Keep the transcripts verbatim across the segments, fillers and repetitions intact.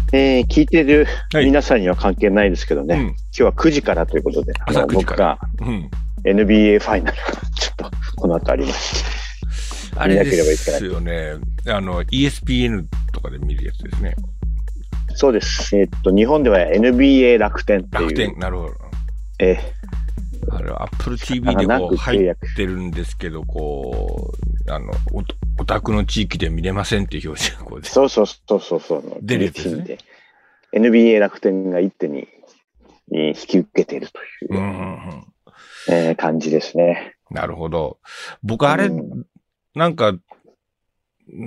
えー、聞いてるはい皆さんには関係ないですけどね、 うん今日はくじからということで、あ朝のくじから。 僕がうん。 エヌビーエー ファイナルがちょっとこの後ありまして、 あれで見なければいけないすよね。あの、イーエスピーエヌ とかで見るやつですね。 そうです。えーっと、日本では エヌビーエー 楽天っていう。 楽天、なるほど。 えあれは Apple ティーブイ でこう入ってるんですけど、こう、あの、お、お宅の地域で見れませんっていう表示がこうで。 そうそうそうそうそう。 出るやつですね。 エヌビーエー 楽天が一手に引き受けているという、 うんうんうんえー、感じですね。 なるほど。僕あれ、うん、なんか、うん、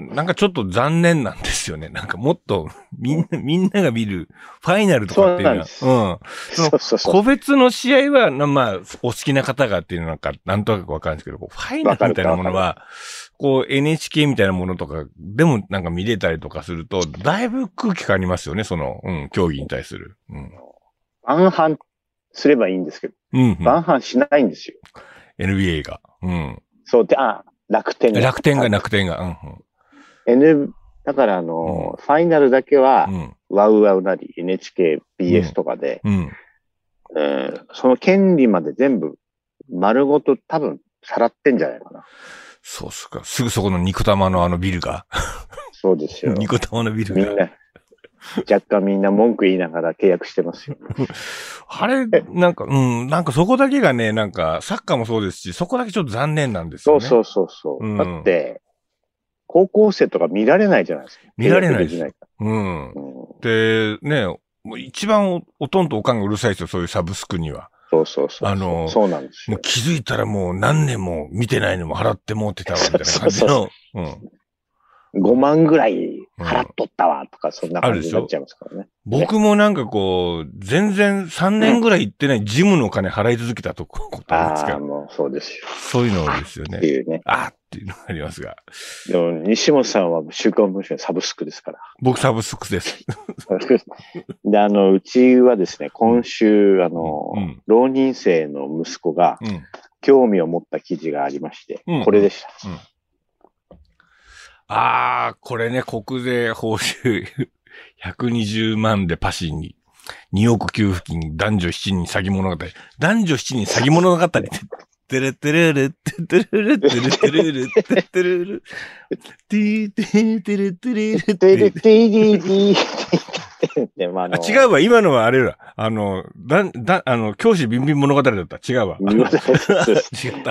なんかちょっと残念なんですよね。なんかもっとみんな、みんなが見るファイナルとかっていうのは、 そうなんです。うん。そうそうそう。 個別の試合は、まあ、お好きな方がっていうのなんか、なんとなくわかるんですけど、ファイナルみたいなものは、こう エヌエイチケー みたいなものとかでもなんか見れたりとかすると、だいぶ空気変わりますよね、その、うん、競技に対する。うん。 半々すればいいんですけど、うん、うん。半々しないんですよ。 エヌビーエー が。うん。 そうで、あ、楽天が。楽天が、楽天が。うん、うん。 N、だからあの、うん、ファイナルだけは、うん、ワウワウなり エヌエイチケー、ビーエス とかで、うんうんえー、その権利まで全部丸ごと多分さらってんじゃないかな。 そうっすか。すぐそこのニコタマのあのビルが。 そうですよ。 ニコタマのビルが。 みんな、若干みんな文句言いながら契約してますよ。 あれ、なんか、うん、なんかそこだけがね、なんかサッカーもそうですし、そこだけちょっと残念なんですよね。 そうそうそうそう、うん。だって、高校生とか見られないじゃないですか。 見られないです。うん。うん、で、ね、もう一番お、おとんとおかんがうるさいですよ、そういうサブスクには。 そうそうそう。 あの、 そうなんですよ。 もう気づいたらもう何年も見てないのも払ってもってたわ、みたいな感じの。そうそうそううんごまんぐらい払っとったわ、とか、そんな感じになっちゃいますからね。 僕もなんかこう、全然さんねんぐらい行ってないジムの金払い続けたとこ、ことありますから。ああ、もうそうですよ。 そういうのですよね。 っていうね。 ああっていうのがありますが。 でも、西本さんは週刊文春サブスクですから。 僕サブスクです。 で、あの、うちはですね、今週、あの、うん、浪人生の息子が、興味を持った記事がありまして、うん、これでした。うんうんああ、これね、国税報酬ひゃくにじゅうまんでパシににおく給付金男女しちにん詐欺物語。男女しちにん詐欺物語って、てれてれれててれれてれてれれててれれてーてーてれてれれてれてれあ、違うわ。今のはあれだ。あの、だ、だ、あの、教師ビンビン物語だった。違うわ。違った。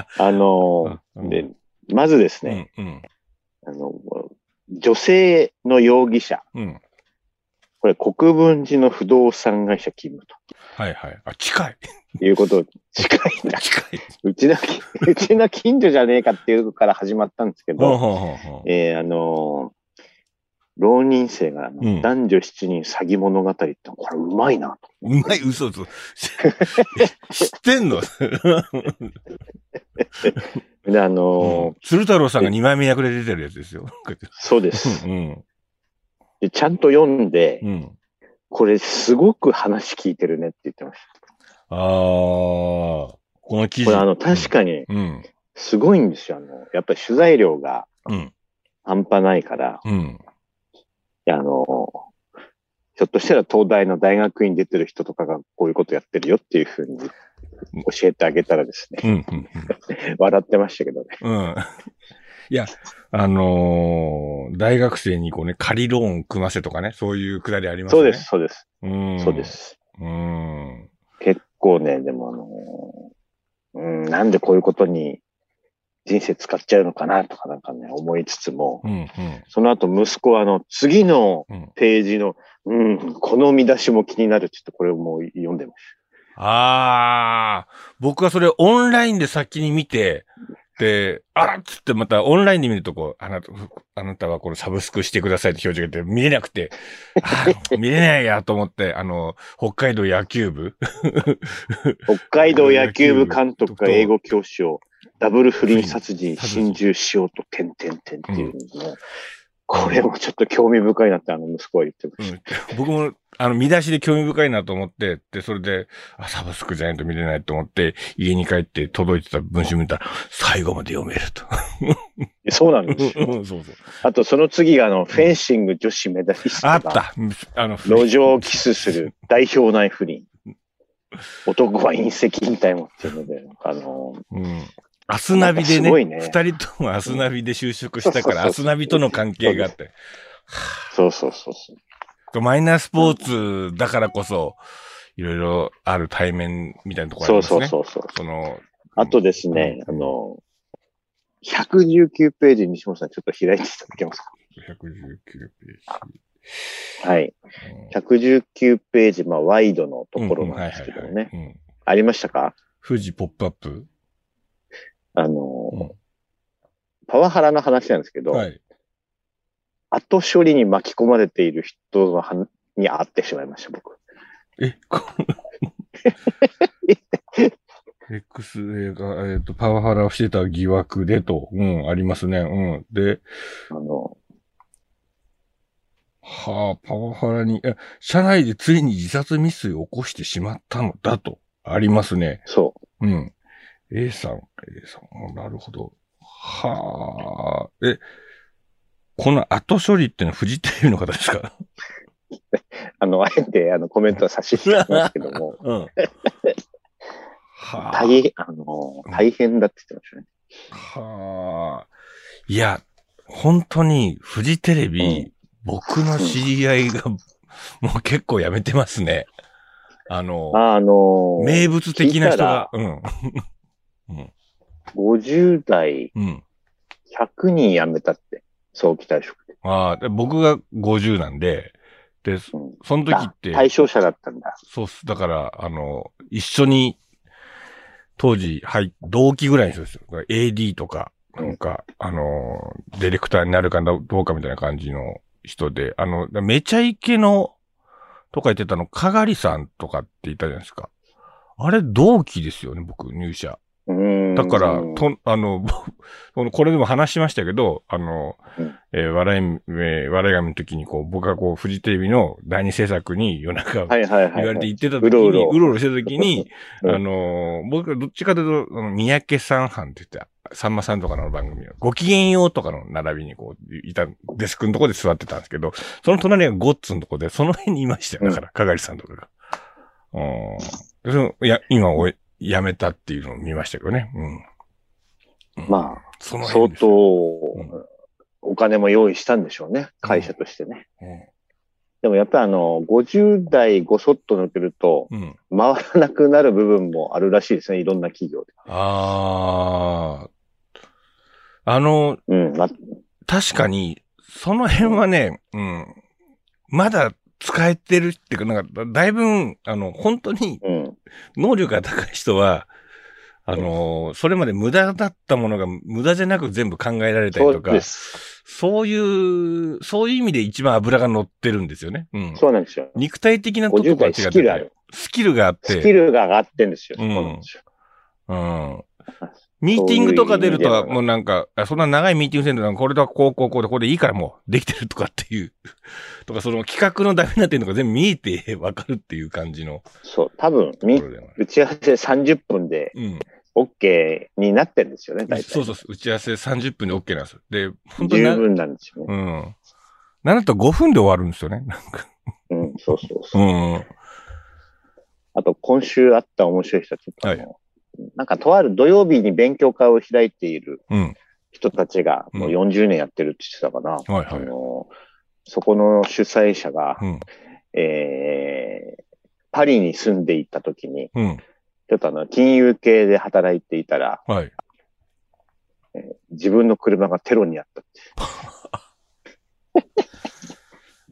あの、で、まずですね、うんうんあの、女性の容疑者。うん、これ、国分寺の不動産会社勤務と。 はいはい。あ、近い。 いうこと、近いな。 近い。 うちの、うちの近所じゃねえかっていうから始まったんですけど、ほうほうほうほうえー、あのー、浪人生が、うん、男女七人詐欺物語って、これうまいなと。 うまい嘘嘘。知ってんので、あのーうん、 鶴太郎さんがにまいめ役で出てるやつですよ。 そうです。うん、でちゃんと読んで、うん、これすごく話聞いてるねって言ってました。 ああ、この記事。 これあの、確かに、すごいんですよ。あの、やっぱり取材量が半端ないから、うん、あの、ひょっとしたら東大の大学院出てる人とかがこういうことやってるよっていうふうに教えてあげたらですね、うんうんうん、笑ってましたけどね。 うん、いや、あのー、大学生にこうね、仮ローン組ませとかね、そういうくだりありますね。 そうです、そうです。 うん、 そうです。 うん、 結構ね、でもあのー、うん、なんでこういうことに人生使っちゃうのかなとかなんかね、思いつつも、うんうん、その後息子はあの、次のページの、うん、うん、この見出しも気になるって言ってこれをもう読んでました。 ああ、僕はそれオンラインで先に見て、で、あらっつってまたオンラインで見るとこう、あなた、あなたはこのサブスクしてくださいって表示が出て見れなくて、あ見れないやと思って、あの、北海道野球部北海道野球部監督が英語教師をダブル不倫殺人心中しようと、てんてんてんっていうのを、 これもちょっと興味深いなってあの息子は言ってました。うん、僕も、あの、見出しで興味深いなと思って、で、それで、あ、サブスクじゃないと見れないと思って、家に帰って届いてた文章見たら、最後まで読めると。 そうなんですよ。そうそう。あと、その次が、あの、フェンシング女子メダリストが、あった。あの、路上キスする代表内不倫。男は隕石みたいもっていうので、あの、 うん。アスナビでね、二、ね、人ともアスナビで就職したから、アスナビとの関係があって。 そうそうそうそう。 マイナースポーツだからこそ、いろいろある対面みたいなところありますね。 そうそうそうそう。 その、 あとですね、うん、あの、ひゃくじゅうきゅうページ、西本さんちょっと開いていただけますか？ ひゃくじゅうきゅうページ。はい。ひゃくじゅうきゅうページ、まあ、ワイドのところなんですけどね。ありましたか？ 富士ポップアップ？ あの、うん、パワハラの話なんですけど、はい、後処理に巻き込まれている人のはに会ってしまいました、僕。 え、こX 映画、えっ、ー、と、パワハラをしてた疑惑でと、うん、ありますね。うん。で、 あの、 はあ、パワハラに、え、社内でついに自殺未遂を起こしてしまったのだと、ありますね。 そう。うん。A さん、A さん、なるほど。はあ、え、この後処理ってのはフジテレビの方ですか？ あの、あえて、あの、コメントは差し控えますけども。うん。はあ、大変、あの、大変だって言ってましたね。 はあ。いや、本当に、フジテレビ、うん、僕の知り合いが、もう結構やめてますね。あの、 あ、あのー、 名物的な人が、うん。 うん、ごじゅう代、ひゃくにん辞めたって、早期退職で。 ああ、僕がごじゅうなんで、で、うん、その時って。 対象者だったんだ。 そうっす。だから、あの、一緒に、当時、はい、同期ぐらいの人ですよ。エーディー とか、なんか、うん、あの、ディレクターになるかどうかみたいな感じの人で、あの、めちゃイケの、とか言ってたの、かがりさんとかって言ったじゃないですか。あれ、同期ですよね、僕、入社。だから、と、あの、これでも話しましたけど、あの、うん、えー、笑い、えー、笑い神の時に、こう、僕がこう、フジテレビの第二制作に夜中、言われて行ってた時に、うろうろしてた時に、うん、あの、僕はどっちかというと、三宅さん班って言って、さんまさんとかの番組の、ごきげんようとかの並びにこう、いた、デスクのところで座ってたんですけど、その隣がゴッツのところで、その辺にいましたよ。だから、かがりさんとかが。うん。いや、今、おい、辞めたっていうのを見ましたけどね。 うん。まあ、その相当、うん、お金も用意したんでしょうね。会社としてね。うんうん、でもやっぱりあの、ごじゅう代ごそっと抜けると、うん、回らなくなる部分もあるらしいですね。いろんな企業で。 ああ。あの、 うんま、 確かに、その辺はね、うん。まだ使えてるっていうか、なんか、だいぶ、あの、本当に、能力が高い人は、あのー、それまで無駄だったものが無駄じゃなく全部考えられたりとか、そういう、そういう意味で一番油が乗ってるんですよね。うん。 そうなんですよ。 肉体的なところが違ってスキルある。スキルがあって。 スキルが上がってんですよ。 うん。そうなんですよ。うん。ミーティングとか出ると、もうなんか、そんな長いミーティングせんと、これとこうこうこうで、これでいいからもうできてるとかっていう。とか、その企画のダメな点とか全部見えてわかるっていう感じの。 そう、多分、打ち合わせさんじゅっぷんで、うん。OK になってるんですよね、大体。 そうそう、打ち合わせさんじゅっぷんで OK なんですよ。で、 本当に。十分なんですよね。 うん。なんだったらごふんで終わるんですよね、なんか。 うん、そうそうそう。うん。あと、今週あった面白い人はちょっとあの、はい、なんかとある土曜日に勉強会を開いている人たちがもうよんじゅうねんやってるって言ってたかな。うん、はいはい。あの、そこの主催者が、うん、えー、パリに住んでいたときに、うん、ちょっとあの、金融系で働いていたら、はい、えー、自分の車がテロにあったって。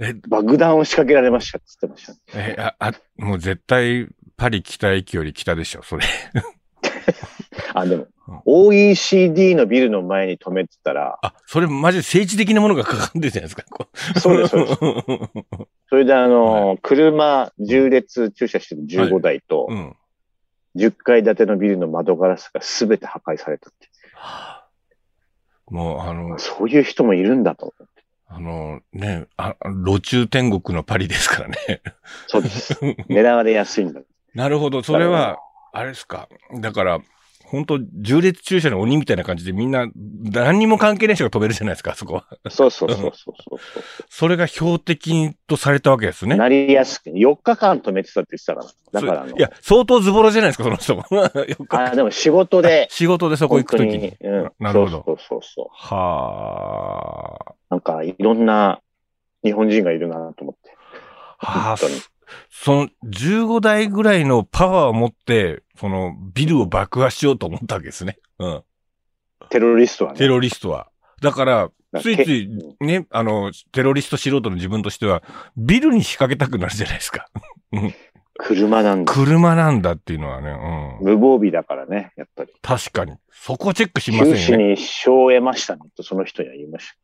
え爆弾を仕掛けられましたって言ってました、 ね。え、あ、あ、もう絶対パリ北駅より北でしょ、それ。 あ、でも、オーイーシーディー のビルの前に止めてたら。 あ、それマジで政治的なものがかかってるじゃないですか。 そうです、そうです。それであの、はい、車じゅう列駐車してるじゅうごだいと、はいうん、じゅっかい建てのビルの窓ガラスが全て破壊されたって。 もうあの、 そういう人もいるんだと思って。 あの、ね、あ、路中天国のパリですからね。 そうです。狙われやすいんだ。 なるほど。それは、あれですか。だから、本当縦列駐車の鬼みたいな感じでみんな、何にも関係ない人が飛べるじゃないですか、そこは。 そうそうそうそうそうそう。 それが標的とされたわけですね。 なりやすく、よっかかん止めてたって言ってたから。だからあの。 いや、相当ズボラじゃないですか、その人も。 あ、でも仕事で。 仕事でそこ行くときに。にうん。 なるほど。 そうそうそう。 はあ。 なんか、いろんな日本人がいるなと思って。 はあ。そのじゅうごだいぐらいのパワーを持って、そのビルを爆破しようと思ったわけですね。うん。 テロリストはね。 テロリストは。だから、ついついね、あの、テロリスト素人の自分としては、ビルに仕掛けたくなるじゃないですか。 車なんだ。 車なんだっていうのはね、 うん。無防備だからね、やっぱり。 確かに。そこチェックしませんよね。 九死に一生を得ましたね、とその人には言いました。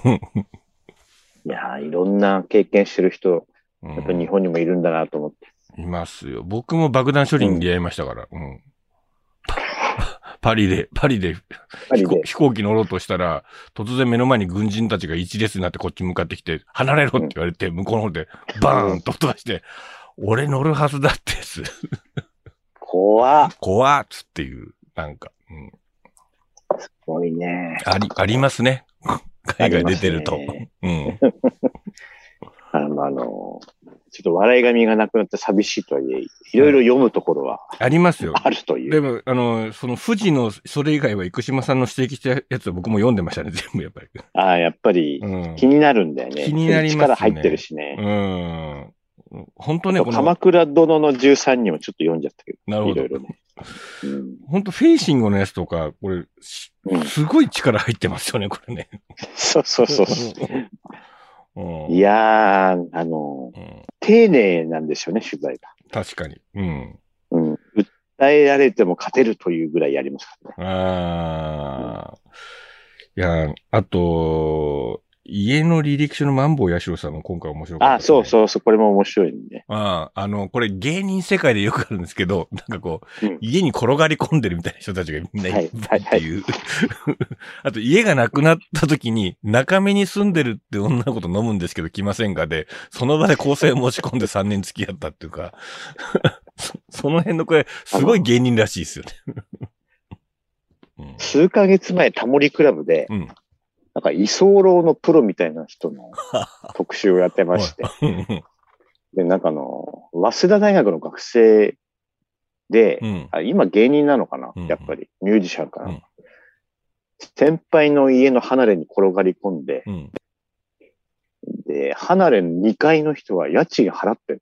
いやー、いろんな経験してる人、やっぱ日本にもいるんだなと思って。 うん、いますよ。僕も爆弾処理に出会いましたから。うん。うん、パリで、パリで飛行、飛行機乗ろうとしたら、突然目の前に軍人たちが一列になってこっち向かってきて、離れろって言われて、うん、向こうの方でバーンと飛ばして、うん、俺乗るはずだってやつ。 怖っ。 怖っつっていう、なんか。うん、 すごいね。 あり、ありますね。海外出てると。うん。 あの、あの、ちょっと笑い神がなくなって寂しいとはいえ、いろいろ読むところは、 うん、ありますよ。 あるという。 でも、あの、その富士の、それ以外は生島さんの指摘したやつは僕も読んでましたね、全部やっぱり。 ああ、やっぱり、気になるんだよね。 うん、気になりますね。 力入ってるしね。 うん。本当ね、 この鎌倉殿のじゅうさんにもちょっと読んじゃったけど。 なるほど。 いろいろね。 うん、本当フェイシングのやつとか、これ、うん、すごい力入ってますよね、これね。 そうそうそう。うん、いやー、あの、うん、丁寧なんですよね、取材が。 確かに。うん。 うん。訴えられても勝てるというぐらいやりますからね。 ああ、うん。いや、あと、家の履歴書のマンボウヤシロさんも今回面白かった、ね。 あ、そうそうそう、これも面白いね。 ああ、あの、これ芸人世界でよくあるんですけど、なんかこう、うん、家に転がり込んでるみたいな人たちがみんないるっていう。はいはいはい、あと、家がなくなった時に、中目に住んでるって女の子と飲むんですけど来ませんかで、その場で交際を持ち込んでさんねん付き合ったっていうか、そ, その辺のこれ、すごい芸人らしいですよね。 うん、数ヶ月前、タモリクラブで、うんなんか、居候のプロみたいな人の特集をやってまして。で、なんかあの、早稲田大学の学生で、うん、あ今芸人なのかな、うん、やっぱり、ミュージシャンかな、うん。先輩の家の離れに転がり込んで、うん、で、離れのにかいの人は家賃払ってる。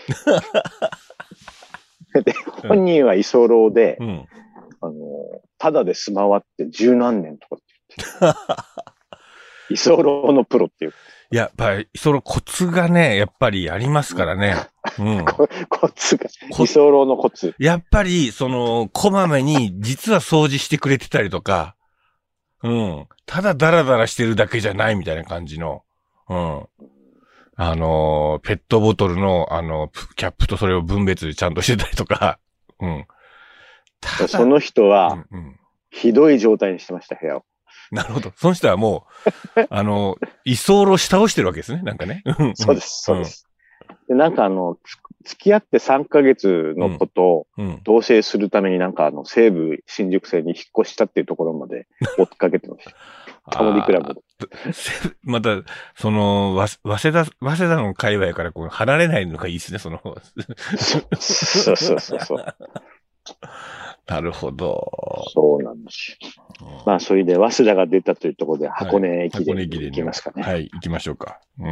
で、本人は居候で、うん、あの、ただで住まわって十何年とかって言って。居候のプロっていう。 いや、やっぱり、そのコツがね、やっぱりありますからね。うん。 コツが、居候のコツ。 やっぱり、その、こまめに、実は掃除してくれてたりとか、うん。ただダラダラしてるだけじゃないみたいな感じの、うん。あの、ペットボトルの、あの、キャップとそれを分別でちゃんとしてたりとか、うん。 ただその人は、うんうん、ひどい状態にしてました、部屋を。 なるほど。その人はもう、あの、居候し倒してるわけですね。なんかね。 そうです、そうです。うん、でなんかあの、付き合ってさんかげつのことを同棲するためになんかあの、西武新宿線に引っ越したっていうところまで追っかけてました。タモリクラブで。 また、その、早稲田、早稲田の界隈からこう離れないのがいいですね、その。 そうそうそうそう。 なるほど。 そうなんですよ。うん、まあ、それで、早稲田が出たというところで、箱根駅伝に行きますかね。 はい、行きましょうか。うん。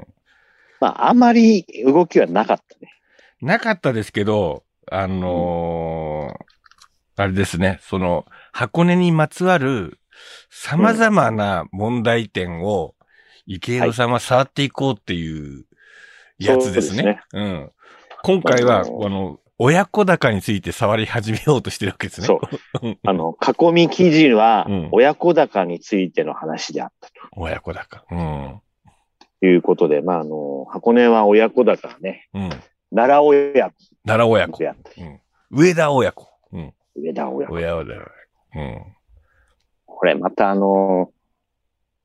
まあ、あんまり動きはなかったね。 なかったですけど、あのーうん、あれですね、その、箱根にまつわる様々な問題点を、池江さんは触っていこうっていうやつですね。はい、うですね。うん。今回は、あのー、あの親子高について触り始めようとしてるわけですね。 そう。あの、囲み記事は、親子高についての話であったと。 うん、親子高。うん。 いうことで、まあ、あの、箱根は親子高ね。うん。奈良親子。 奈良親子。うん。上田親子。 うん。上田親子。 親田親子。うん。 これまたあの、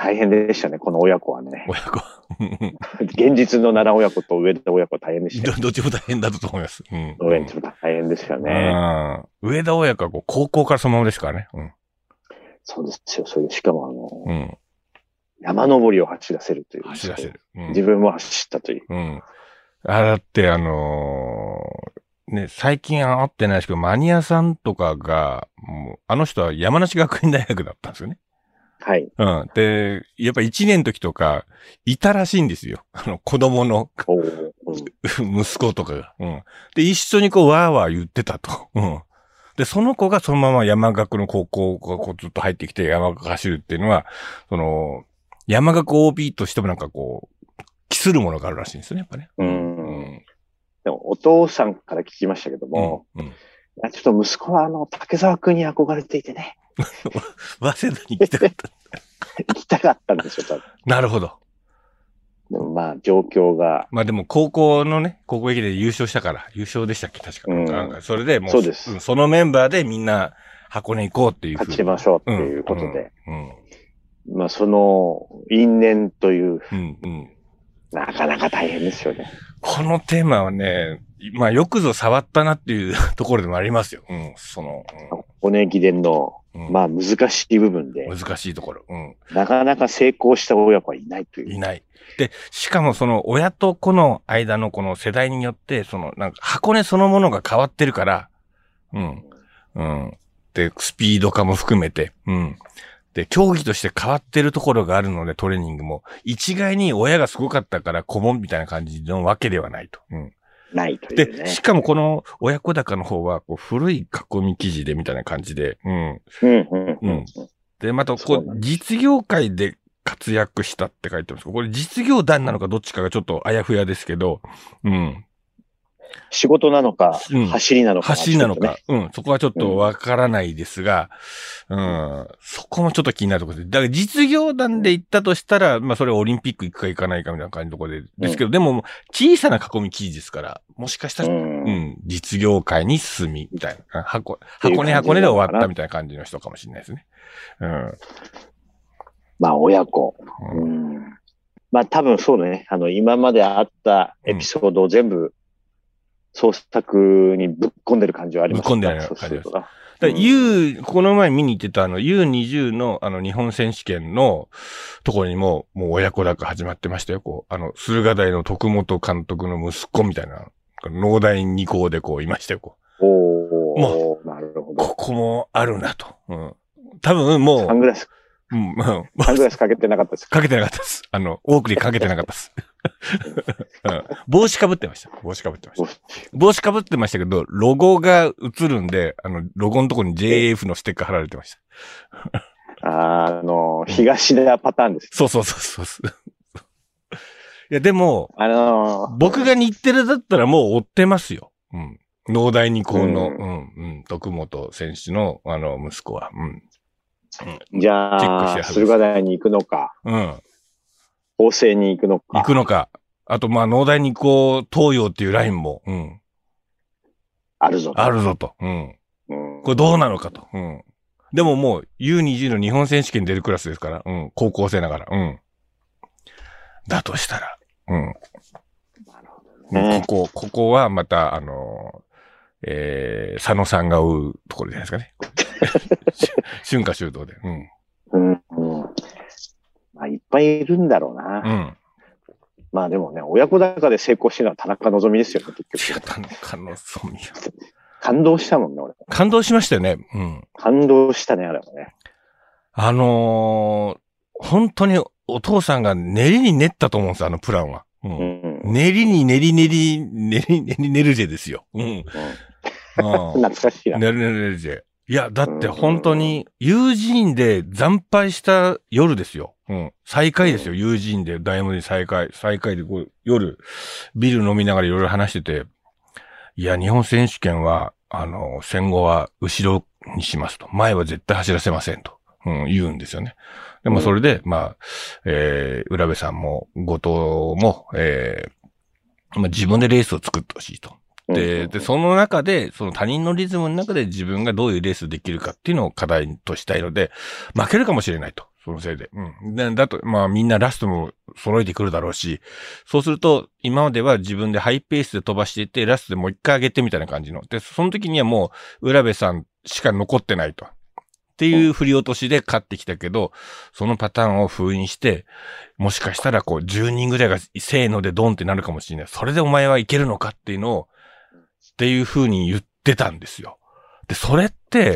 大変でしたね、この親子はね。 親子。 現実の奈良親子と上田親子は大変でした、 ね。ど、どっちも大変だったと思います。うん。 どっちも大変ですよね。 うん。上田親子はこう高校からそのままですからね。うん。 そうですよ。それで、しかもあの、うん、山登りを走らせるという。 走らせる。 うん、自分も走ったという。 うん。あ、だってあのー、ね、最近会ってないですけど、マニアさんとかが、もう、あの人は山梨学院大学だったんですよね。 はい。 うん。で、やっぱ一年の時とか、いたらしいんですよ。あの、子供の、息子とかが。うん。で、一緒にこう、わーわー言ってたと。うん。で、その子がそのまま山岳の高校がこうずっと入ってきて山岳走るっていうのは、その、山岳 オービー としてもなんかこう、期するものがあるらしいんですよね、やっぱね。 うん。うん、でも、お父さんから聞きましたけども、うんうん、ちょっと息子はあの、竹沢くんに憧れていてね。 早稲田に行きたかった。 行きたかったんでしょ、多分。 なるほど。 でもまあ、状況が。 まあでも、高校のね、高校駅で優勝したから、優勝でしたっけ、確か。うん、なんかそれでもう、 そうです、 うん。そのメンバーでみんな箱根行こうっていう。 勝ちましょうっていうことで。うんうんうん、まあ、その、因縁という、うんうん、なかなか大変ですよね。 このテーマはね、まあよくぞ触ったなっていうところでもありますよ。うん、その。 うん、箱根駅伝の、うん、まあ難しい部分で。 難しいところ。うん。 なかなか成功した親子はいないという。 いない。で、しかもその親と子の間のこの世代によって、そのなんか箱根そのものが変わってるから、うん。うん。で、スピード化も含めて、うん。で、競技として変わってるところがあるので、トレーニングも。一概に親がすごかったから顧問みたいな感じのわけではないと。うん。 ないというね。 で、しかもこの親子高の方は、こう古い囲み記事でみたいな感じで、うん。 うん、うん、うん。 で、また、こう、実業界で活躍したって書いてます。これ実業団なのかどっちかがちょっとあやふやですけど、うん。 仕事なのか、うん、走りなのか、 ね。走りなのか。うん。そこはちょっとわからないですが、うん、うん。そこもちょっと気になるところです。だから実業団で行ったとしたら、まあそれオリンピック行くか行かないかみたいな感じのところで、ですけど、うん、でも小さな囲み記事ですから、もしかしたら、うん、うん、実業界に進み、みたいな。箱、箱根箱根で終わったみたいな感じの人かもしれないですね。うん。 まあ親子。うん。まあ多分そうね、あの今まであったエピソードを全部、うん創作にぶっ込んでる感じはありますね。 ぶっ込んでる感じです。だ U、この前見に行ってたあの ユーにじゅう のあの日本選手権のところにももう親子高始まってましたよ。こう、あの、駿河台の徳本監督の息子みたいな、農大二校でこういましたよ。こうおー。もう、なるほど。 ここもあるなと。うん。多分もう。 サングラス。 うん、 サングラスかけてなかったですか？ かけてなかったです。あの、オークリーかけてなかったです。うん、帽子かぶってました。帽子かぶってました。帽子かぶってましたけど、ロゴが映るんで、あの、ロゴのところに ジェイエフ のステッカー貼られてました。 あ, あの、東田パターンです、ね、 そうそうそうそう。いや、でも、 あのー、 僕が日テレだったらもう追ってますよ。うん。農大二高の、うん、うん、うん、徳本選手の、あの、息子は。うん。 うん、じゃあ、駿河台に行くのか。 うん。 法政に行くのか。 行くのか。あと、まあ、農大二高東洋っていうラインも、うん。 あるぞと。あるぞと。うん。うん、これどうなのかと。うん。でももう、ユーにじゅう の日本選手権出るクラスですから、うん。高校生ながら、うん。だとしたら、うん。なるほどね。ここ、ここはまた、あの、えー、佐野さんが追うところじゃないですかね。春夏秋冬で。うん。うん、 うん。まあ、いっぱいいるんだろうな。うん。まあでもね、親子高で成功してるのは田中希実ですよね、結局。 田中希実。 感動したもんね、俺。 感動しましたよね。うん。 感動したね、あれはね。 あのー、本当にお父さんが練りに練ったと思うんです、あのプランは。うん。うん、練りに練り練り、練り練り練るジェですよ。うん。うん、 懐かしいな。 練り練り練るジェ。いや、だって本当に、友人で惨敗した夜ですよ。うん。再会ですよ、友人で、ダイヤモンドで再会。再会でこう、夜、ビール飲みながらいろいろ話してて、いや、日本選手権は、あの、戦後は後ろにしますと。前は絶対走らせませんと。うん、言うんですよね。でもそれで、まあ、えー、浦部さんも、後藤も、えー、まあ自分でレースを作ってほしいと。で、で、その中で、その他人のリズムの中で自分がどういうレースできるかっていうのを課題としたいので、負けるかもしれないと。 そのせいで。うん。で、だと、まあみんなラストも揃えてくるだろうし、そうすると、今までは自分でハイペースで飛ばしていって、ラストでもう一回上げてみたいな感じの。で、その時にはもう、浦部さんしか残ってないと。っていう振り落としで勝ってきたけど、そのパターンを封印して、もしかしたらこう、じゅうにんぐらいがせーのでドンってなるかもしれない。それでお前はいけるのかっていうのを、っていう風に言ってたんですよ。で、それって、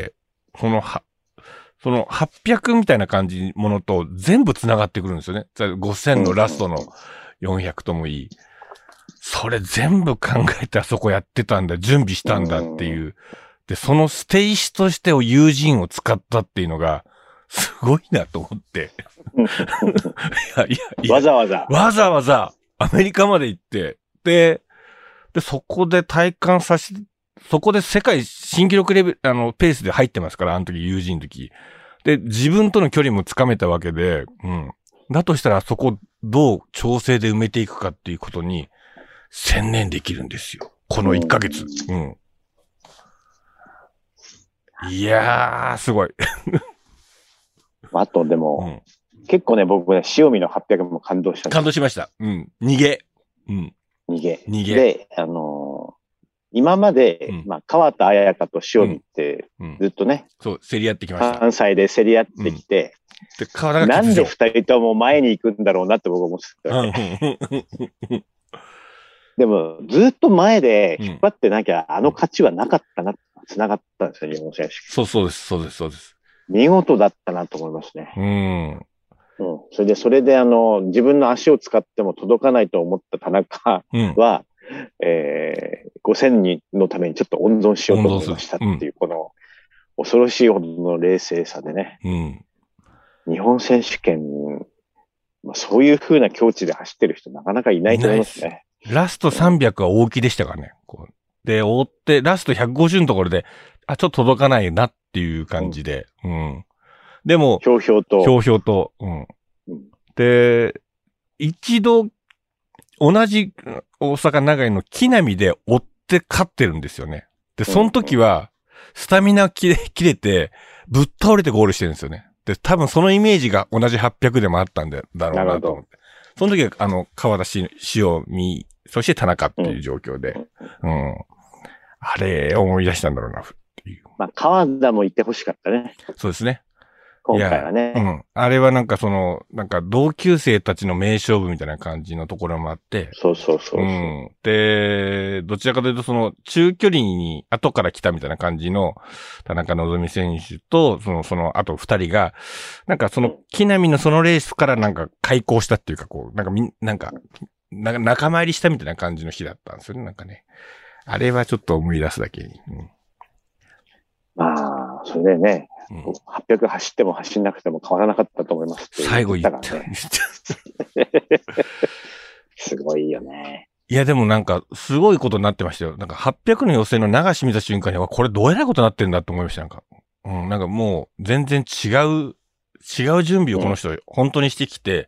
そのは、そのはっぴゃくみたいな感じものと全部繋がってくるんですよね。ごせんのラストのよんひゃくともいい。それ全部考えてあそこやってたんだ、準備したんだっていう。で、その捨て石として友人を使ったっていうのが、すごいなと思って。いやいやいやわざわざ。 わざわざアメリカまで行って、で、で、そこで体感さし、そこで世界新記録レベル、あの、ペースで入ってますから、あの時、友人の時。で、自分との距離もつかめたわけで、うん。だとしたら、そこ、どう調整で埋めていくかっていうことに、専念できるんですよ。このいっかげつ。うん。いやー、すごい。 あと、でも、うん、結構ね、僕ね、塩見のはっぴゃくも感動した。 感動しました。うん。逃げ。うん。 逃げ。 逃げ。 で、あのー、今まで、うん、まあ、川田彩香と塩見って、ずっとね、 うんうん、そう、競り合ってきました。 関西で競り合ってきて、 うん、で川田がなんで二人とも前に行くんだろうなって僕思ってた、ね。でも、ずっと前で引っ張ってなきゃ、あの勝ちはなかったな、繋がったんですよ、日本選手権。 そうそうです、そうです、そうです。 見事だったなと思いますね。 うん。 うん。それで、それであの、自分の足を使っても届かないと思った田中は、うん、えー、ごせんにんのためにちょっと温存しようと思いましたっていう、うん、この、恐ろしいほどの冷静さでね。 うん。 日本選手権、まあ、そういう風な境地で走ってる人なかなかいないと思いますね。 ラストさんびゃくは大きでしたからね。こうで、追って、ラストひゃくごじゅうのところで、あ、ちょっと届かないなっていう感じで。うん。うん、でも、 ひょうひょうと。 ひょうひょうと。うん。うん、で、一度、同じ大阪長井の木並で追って勝ってるんですよね。で、その時は、スタミナ切れ、切れて、ぶっ倒れてゴールしてるんですよね。で、多分そのイメージが同じはっぴゃくでもあったんだろうなと思って。その時は、あの、川田し、塩見、そして田中っていう状況で。うん。うん、あれ、思い出したんだろうな、っていう。 まあ、川田もいてほしかったね。 そうですね。 今回はね。 うん。あれはなんかその、なんか同級生たちの名勝負みたいな感じのところもあって。 そうそうそうそう。うん。で、どちらかというとその中距離に後から来たみたいな感じの田中希実選手と、その、その後二人が、なんかその木並のそのレースからなんか開校したっていうかこう、なんかみん、なんか、なんか仲間入りしたみたいな感じの日だったんですよね、なんかね。あれはちょっと思い出すだけに。うん、 まあ、それでね、うん、はっぴゃく走っても走んなくても変わらなかったと思いますって最後言ったからね。 すごいよね。 いやでもなんか、すごいことになってましたよ。なんかはっぴゃくの予選の流し見た瞬間には、これどうえらいことになってんだって思いました。なんか。うん、なんかもう、全然違う、違う準備をこの人、うん、本当にしてきて、 うん、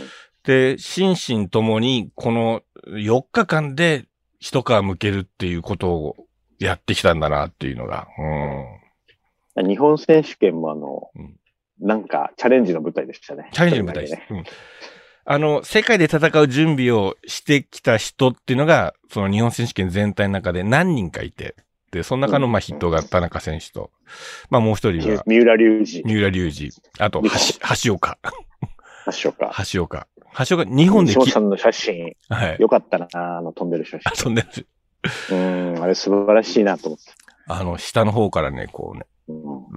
で、心身ともに、このよっかかんで一皮向けるっていうことをやってきたんだなっていうのが、 うん、日本選手権もあの、うん、なんかチャレンジの舞台でしたね。 チャレンジの舞台です。ね、うん、あの、世界で戦う準備をしてきた人っていうのが、その日本選手権全体の中で何人かいて、で、その中のまあ筆頭が田中選手と、まあもう一人は、 三浦龍司。 三浦龍司。あと、橋岡。 橋岡。 橋岡。橋岡、日本で。 翔さんの写真。 はい。 よかったな、あの飛んでる写真。 あ、飛んでる。 うん、あれ素晴らしいなと思って。 あの、下の方からね、こうね、うん、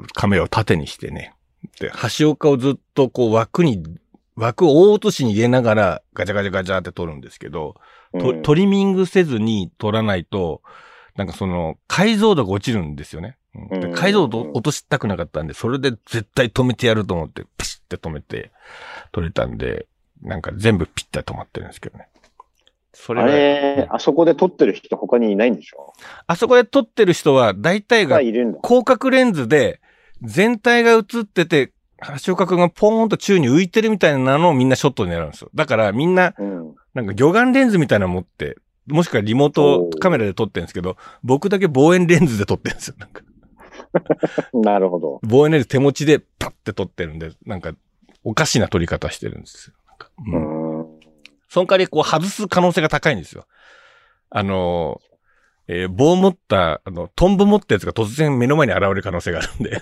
カメラを縦にしてね。で、橋岡をずっとこう枠に、枠を大落としに入れながらガチャガチャガチャって撮るんですけど、うん、トリミングせずに撮らないと、なんかその解像度が落ちるんですよね。うん、で解像度落としたくなかったんで、それで絶対止めてやると思って、ピシッて止めて撮れたんで、なんか全部ピッて止まってるんですけどね。 それあれ、うん、あそこで撮ってる人他にいないんでしょ？ あそこで撮ってる人は大体が広角レンズで全体が映ってて、橋岡くんがポーンと宙に浮いてるみたいなのをみんなショットに狙うんですよ。だからみんな、なんか魚眼レンズみたいなの持って、もしくはリモートカメラで撮ってるんですけど、僕だけ望遠レンズで撮ってるんですよ。なんかなるほど。 望遠レンズ手持ちでパッて撮ってるんで、なんかおかしな取り方してるんですよ。なんかうん、 うんその代わりこう外す可能性が高いんですよ。あの、えー、棒持った、あの、トンボ持ったやつが突然目の前に現れる可能性があるんで。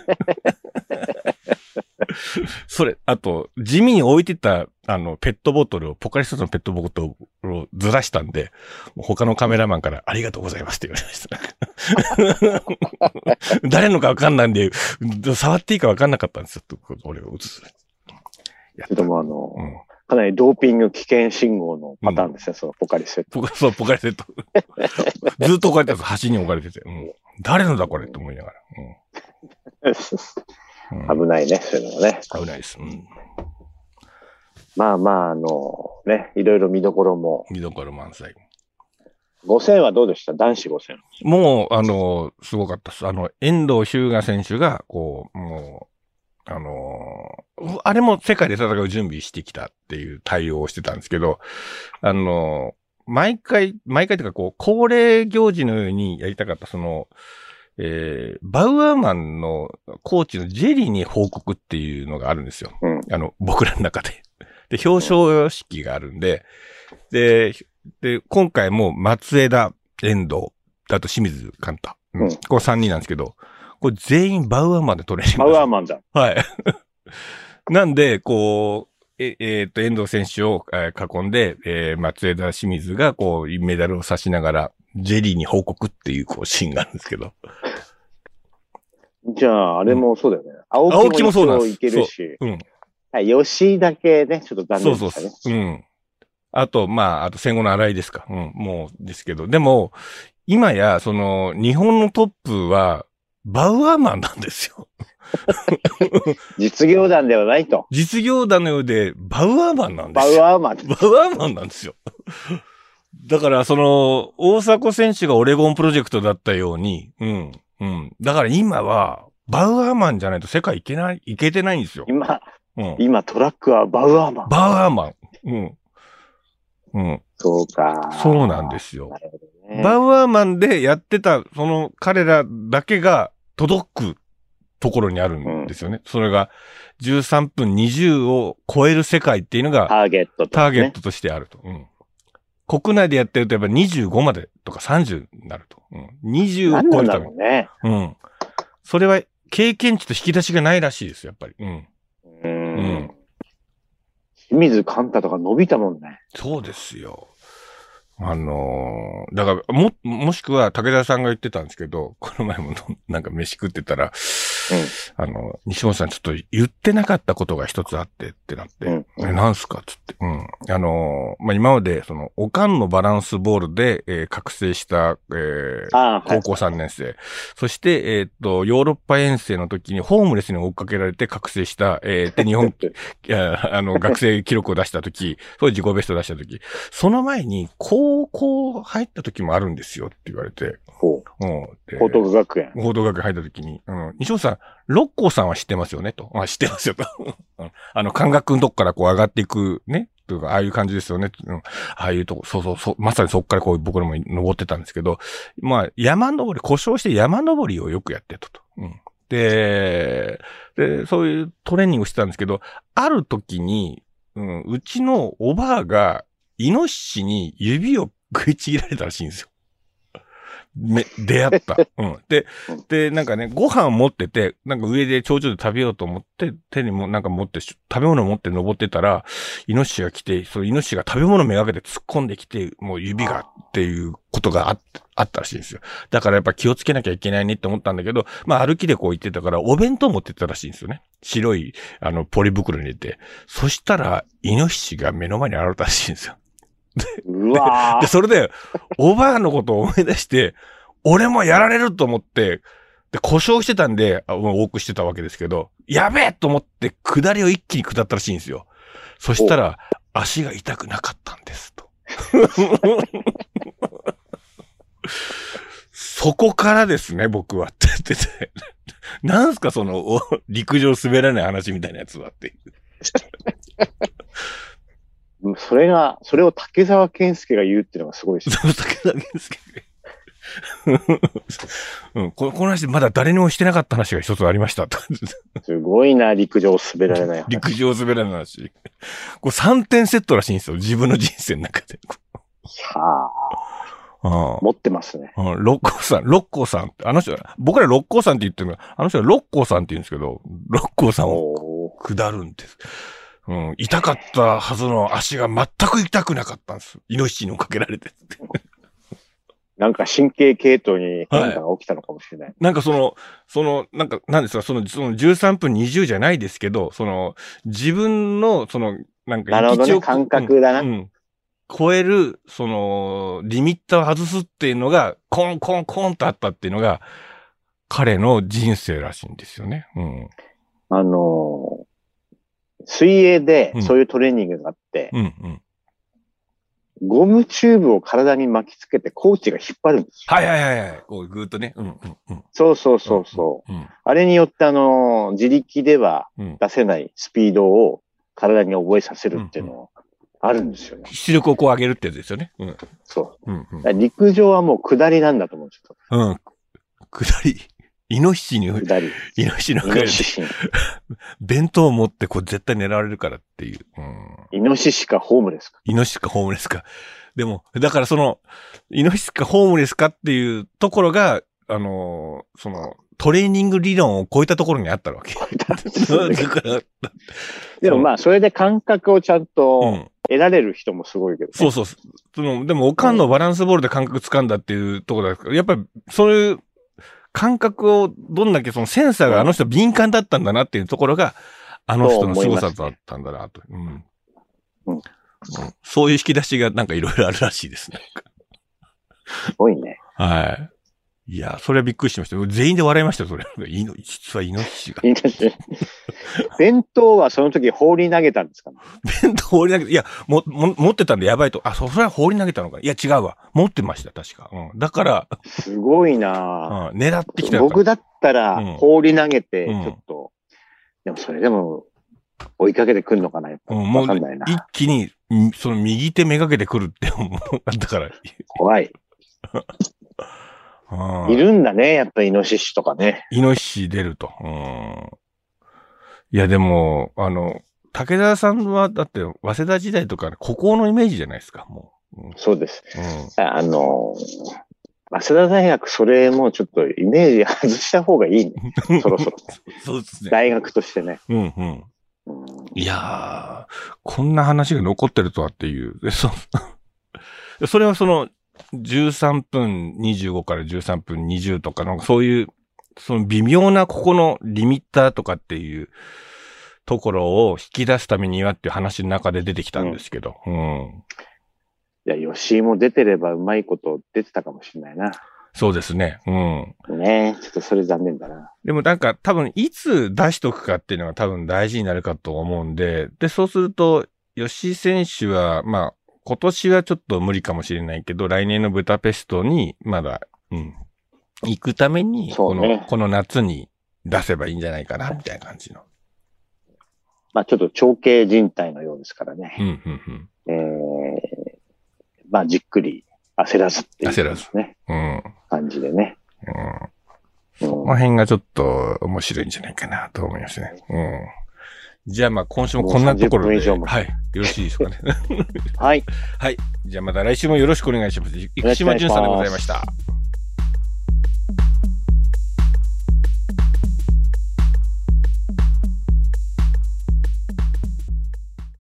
それ、あと、地味に置いてた、あの、ペットボトルを、ポカリスエットのペットボトルをずらしたんで、他のカメラマンからありがとうございますって言われました。誰のかわかんないんで、触っていいかわかんなかったんですよ。俺を映す。 でもあの、うん、かなりドーピング危険信号のパターンですね、うん、そのポカリスエット。 そう、ポカリスエット。ずっと置かれてたんです。端に置かれてて。うん、誰のだこれって思いながら。 うん、危ないね、そういうのはね。 危ないです。うん、 まあまあ、あの、ね、いろいろ見どころも。 見どころ満載。 ご戦はどうでした？男子ご戦。 もう、あの、すごかったです。あの、遠藤日向選手が、こう、もう、あの、あれも世界で戦う準備してきたっていう対応をしてたんですけど、あの、毎回、毎回というか、こう、恒例行事のようにやりたかった、その、えー、バウアーマンのコーチのジェリーに報告っていうのがあるんですよ。 うん、 あの、僕らの中で。で、表彰式があるんで、で、で、今回も松枝、遠藤、あと清水寛太。うん。これさんにんなんですけど、これ全員バウアーマンで取れる。 バウアーマンだ。 はい。なんで、こう、え、えー、っと、遠藤選手を、えー、囲んで、えー、松枝、清水が、こう、メダルを差しながら、ジェリーに報告っていう、こう、シーンがあるんですけど。 じゃあ、あれもそうだよね。うん、青木もそうなんです。いけるし。うん。はい、吉井だけね、ちょっと残念でしたね。 そうそう。うん。あと、まあ、あと戦後の新井ですか。うん、もうですけど。でも、今や、その、日本のトップは、バウアーマンなんですよ。 実業団ではないと。 実業団のようで、バウアーマンなんですよ。バウアーマン。 バウアーマンなんですよ。だから、その、大迫選手がオレゴンプロジェクトだったように、うん、うん。だから今は、バウアーマンじゃないと世界行けない、行けてないんですよ。 今、うん、今トラックはバウアーマン。 バウアーマン。うん。うん。 そうか。 そうなんですよ。 なるほどね。 バウアーマンでやってた、その彼らだけが届くところにあるんですよね。うん、それがじゅうさんぷんにじゅうを超える世界っていうのがターゲットと、ね、 ターゲットとしてあると。うん、国内でやってるとやっぱにじゅうごまでとかさんじゅうになると。うん、にじゅうを超えるために。 ね。 うん。それは経験値と引き出しがないらしいですよ、やっぱり。うん。 うん。うん清水寛太とか伸びたもんね。 そうですよ。あのー、だから、も、もしくは武田さんが言ってたんですけど、この前もなんか飯食ってたら、うん、あの、西本さんちょっと言ってなかったことが一つあってってなって、うんうん、え、なんすかつって、うん。あのー、まあ、今までその、おかんのバランスボールで、えー、覚醒した、えー、高校さんねん生、はい。そして、えー、っと、ヨーロッパ遠征の時にホームレスに追っかけられて覚醒した、えー、で、日本、あの、学生記録を出した時、そういう自己ベストを出した時、その前に、高校入った時もあるんですよって言われて。 ほう。うん。報徳学園。 報徳学園入った時に、うん。西本さん、六甲さんは知ってますよねと。あ、知ってますよと。あの、関学のとこからこう上がっていくね。というか、ああいう感じですよね。うん。ああいうとこ、そうそうそう、まさにそこからこう僕らも登ってたんですけど、まあ、山登り、故障して山登りをよくやってたと。うん。で、で、そういうトレーニングをしてたんですけど、ある時に、うん、うちのおばあが、イノシシに指を食いちぎられたらしいんですよ。め、出会った。うん。で、で、なんかね、ご飯持ってて、なんか上で頂上で食べようと思って、手にもなんか持って、食べ物持って登ってたら、イノシシが来て、そのイノシシが食べ物めがけて突っ込んできて、もう指がっていうことがああったらしいんですよ。だからやっぱ気をつけなきゃいけないねって思ったんだけど、まあ歩きでこう行ってたから、お弁当持ってったらしいんですよね。白い、あの、ポリ袋に入れて。そしたら、イノシシが目の前に現れたらしいんですよ。 うわで、で、それで、おばあのことを思い出して、俺もやられると思って、で、故障してたんで、多くしてたわけですけど、やべえと思って、下りを一気に下ったらしいんですよ。そしたら、足が痛くなかったんです、と。そこからですね、僕はって言ってて。なんすか、その、陸上滑らない話みたいなやつはっていう。 それが、それを竹沢健介が言うっていうのがすごいですね。 竹沢健介。 うん、こ, この話まだ誰にもしてなかった話が一つありましたと。 すごいな、陸上滑られない話。 陸上滑らない話。これさんてんセットらしいんですよ。自分の人生の中で。 はあ。ああ持ってますね。 うん、六甲さん、六甲さん。あの人、僕ら六甲さんって言ってるのあの人は六甲さんって言うんですけど、六甲さんを下るんです。うん、痛かったはずの足が全く痛くなかったんです。イノシシに追っかけられて。 なんか神経系統に変化が起きたのかもしれない。はい、 なんかその、その、なんか、なんですか、その、そのじゅうさんぷんにじゅうじゃないですけど、その、自分の、その、なんか、 なるほどね、感覚だな。うんうん超える、その、リミッターを外すっていうのが、コンコンコンとあったっていうのが、彼の人生らしいんですよね。うん。 あのー、水泳でそういうトレーニングがあって、うんうんうん、ゴムチューブを体に巻きつけてコーチが引っ張るんですよ。 はいはいはいはい。こうぐーっとね。うんうんうん。 そうそうそうそう。うんうん、あれによってあのー、自力では出せないスピードを体に覚えさせるっていうのを、うんうんあるんですよね。 出力をこう上げるってやつですよね。うん。 そう。うんうん、陸上はもう下りなんだと思うんですよ。 うん。下り。イノシシに、 下り。 イノシシの下り。弁当を持ってこう絶対狙われるからっていう。 うん、イノシシかホームレスか。 イノシシかホームレスか。でも、だからその、イノシシかホームレスかっていうところが、あのー、その、トレーニング理論を超えたところにあったわけ。だから。 でもまあ、それで感覚をちゃんと、うん得られる人もすごいけど、ね。 そうそう。その、でも、おかんのバランスボールで感覚掴んだっていうところだから、やっぱり、そういう感覚を、どんだけそのセンサーがあの人敏感だったんだなっていうところが、あの人の凄さだったんだなと。うん。うん。そういう引き出しがなんかいろいろあるらしいですね。 すごいね。 はい。いや、それはびっくりしました。全員で笑いましたよ、それ。いの実はイノシシが。 弁当はその時放り投げたんですかね。 弁当放り投げて、いや、も、も、持ってたんでやばいと。あ、そ、それは放り投げたのか。いや、違うわ。持ってました、確か。うん。だから。 すごいなぁ。うん。狙ってきた。 僕だったら、放り投げて、ちょっと、うん、でもそれでも、追いかけてくるのかな、やっぱ。うん、わかんないな。 一気に、その右手めがけてくるって思う。だから。 怖い。いるんだね、やっぱイノシシとかね。 イノシシ出ると。うん。いや、でも、あの、武田さんは、だって、早稲田時代とか、孤高のイメージじゃないですか、もう。うん、そうです。うん、あの、早稲田大学、それもちょっとイメージ外した方がいいね。そろそろ。 そうですね。 大学としてね。 うんうん。うん、いやー、こんな話が残ってるとはっていう。そ, それはその、じゅうさんぷんにじゅうごからじゅうさんぷんにじゅうとかの、そういう、その微妙なここのリミッターとかっていうところを引き出すためにはっていう話の中で出てきたんですけど。うん。うん、 いや、吉井も出てればうまいこと出てたかもしれないな。 そうですね。うん。 ねえ、ちょっとそれ残念だな。 でもなんか多分いつ出しとくかっていうのが多分大事になるかと思うんで、で、そうすると、吉井選手は、まあ、今年はちょっと無理かもしれないけど、来年のブダペストにまだ、うん、行くために、この、ね、この夏に出せばいいんじゃないかな、みたいな感じの。 まあちょっと長径靭帯のようですからね。 うんうんうん、えー、まあじっくり焦らずっていう、ね。 焦らず。 うん。感じでね。 うん。その辺がちょっと面白いんじゃないかなと思いますね。うん。じゃあまあ今週もこんなところで、はい、よろしいですかね。 はい。 はい。じゃあまた来週もよろしくお願いします。生島淳さんでございました。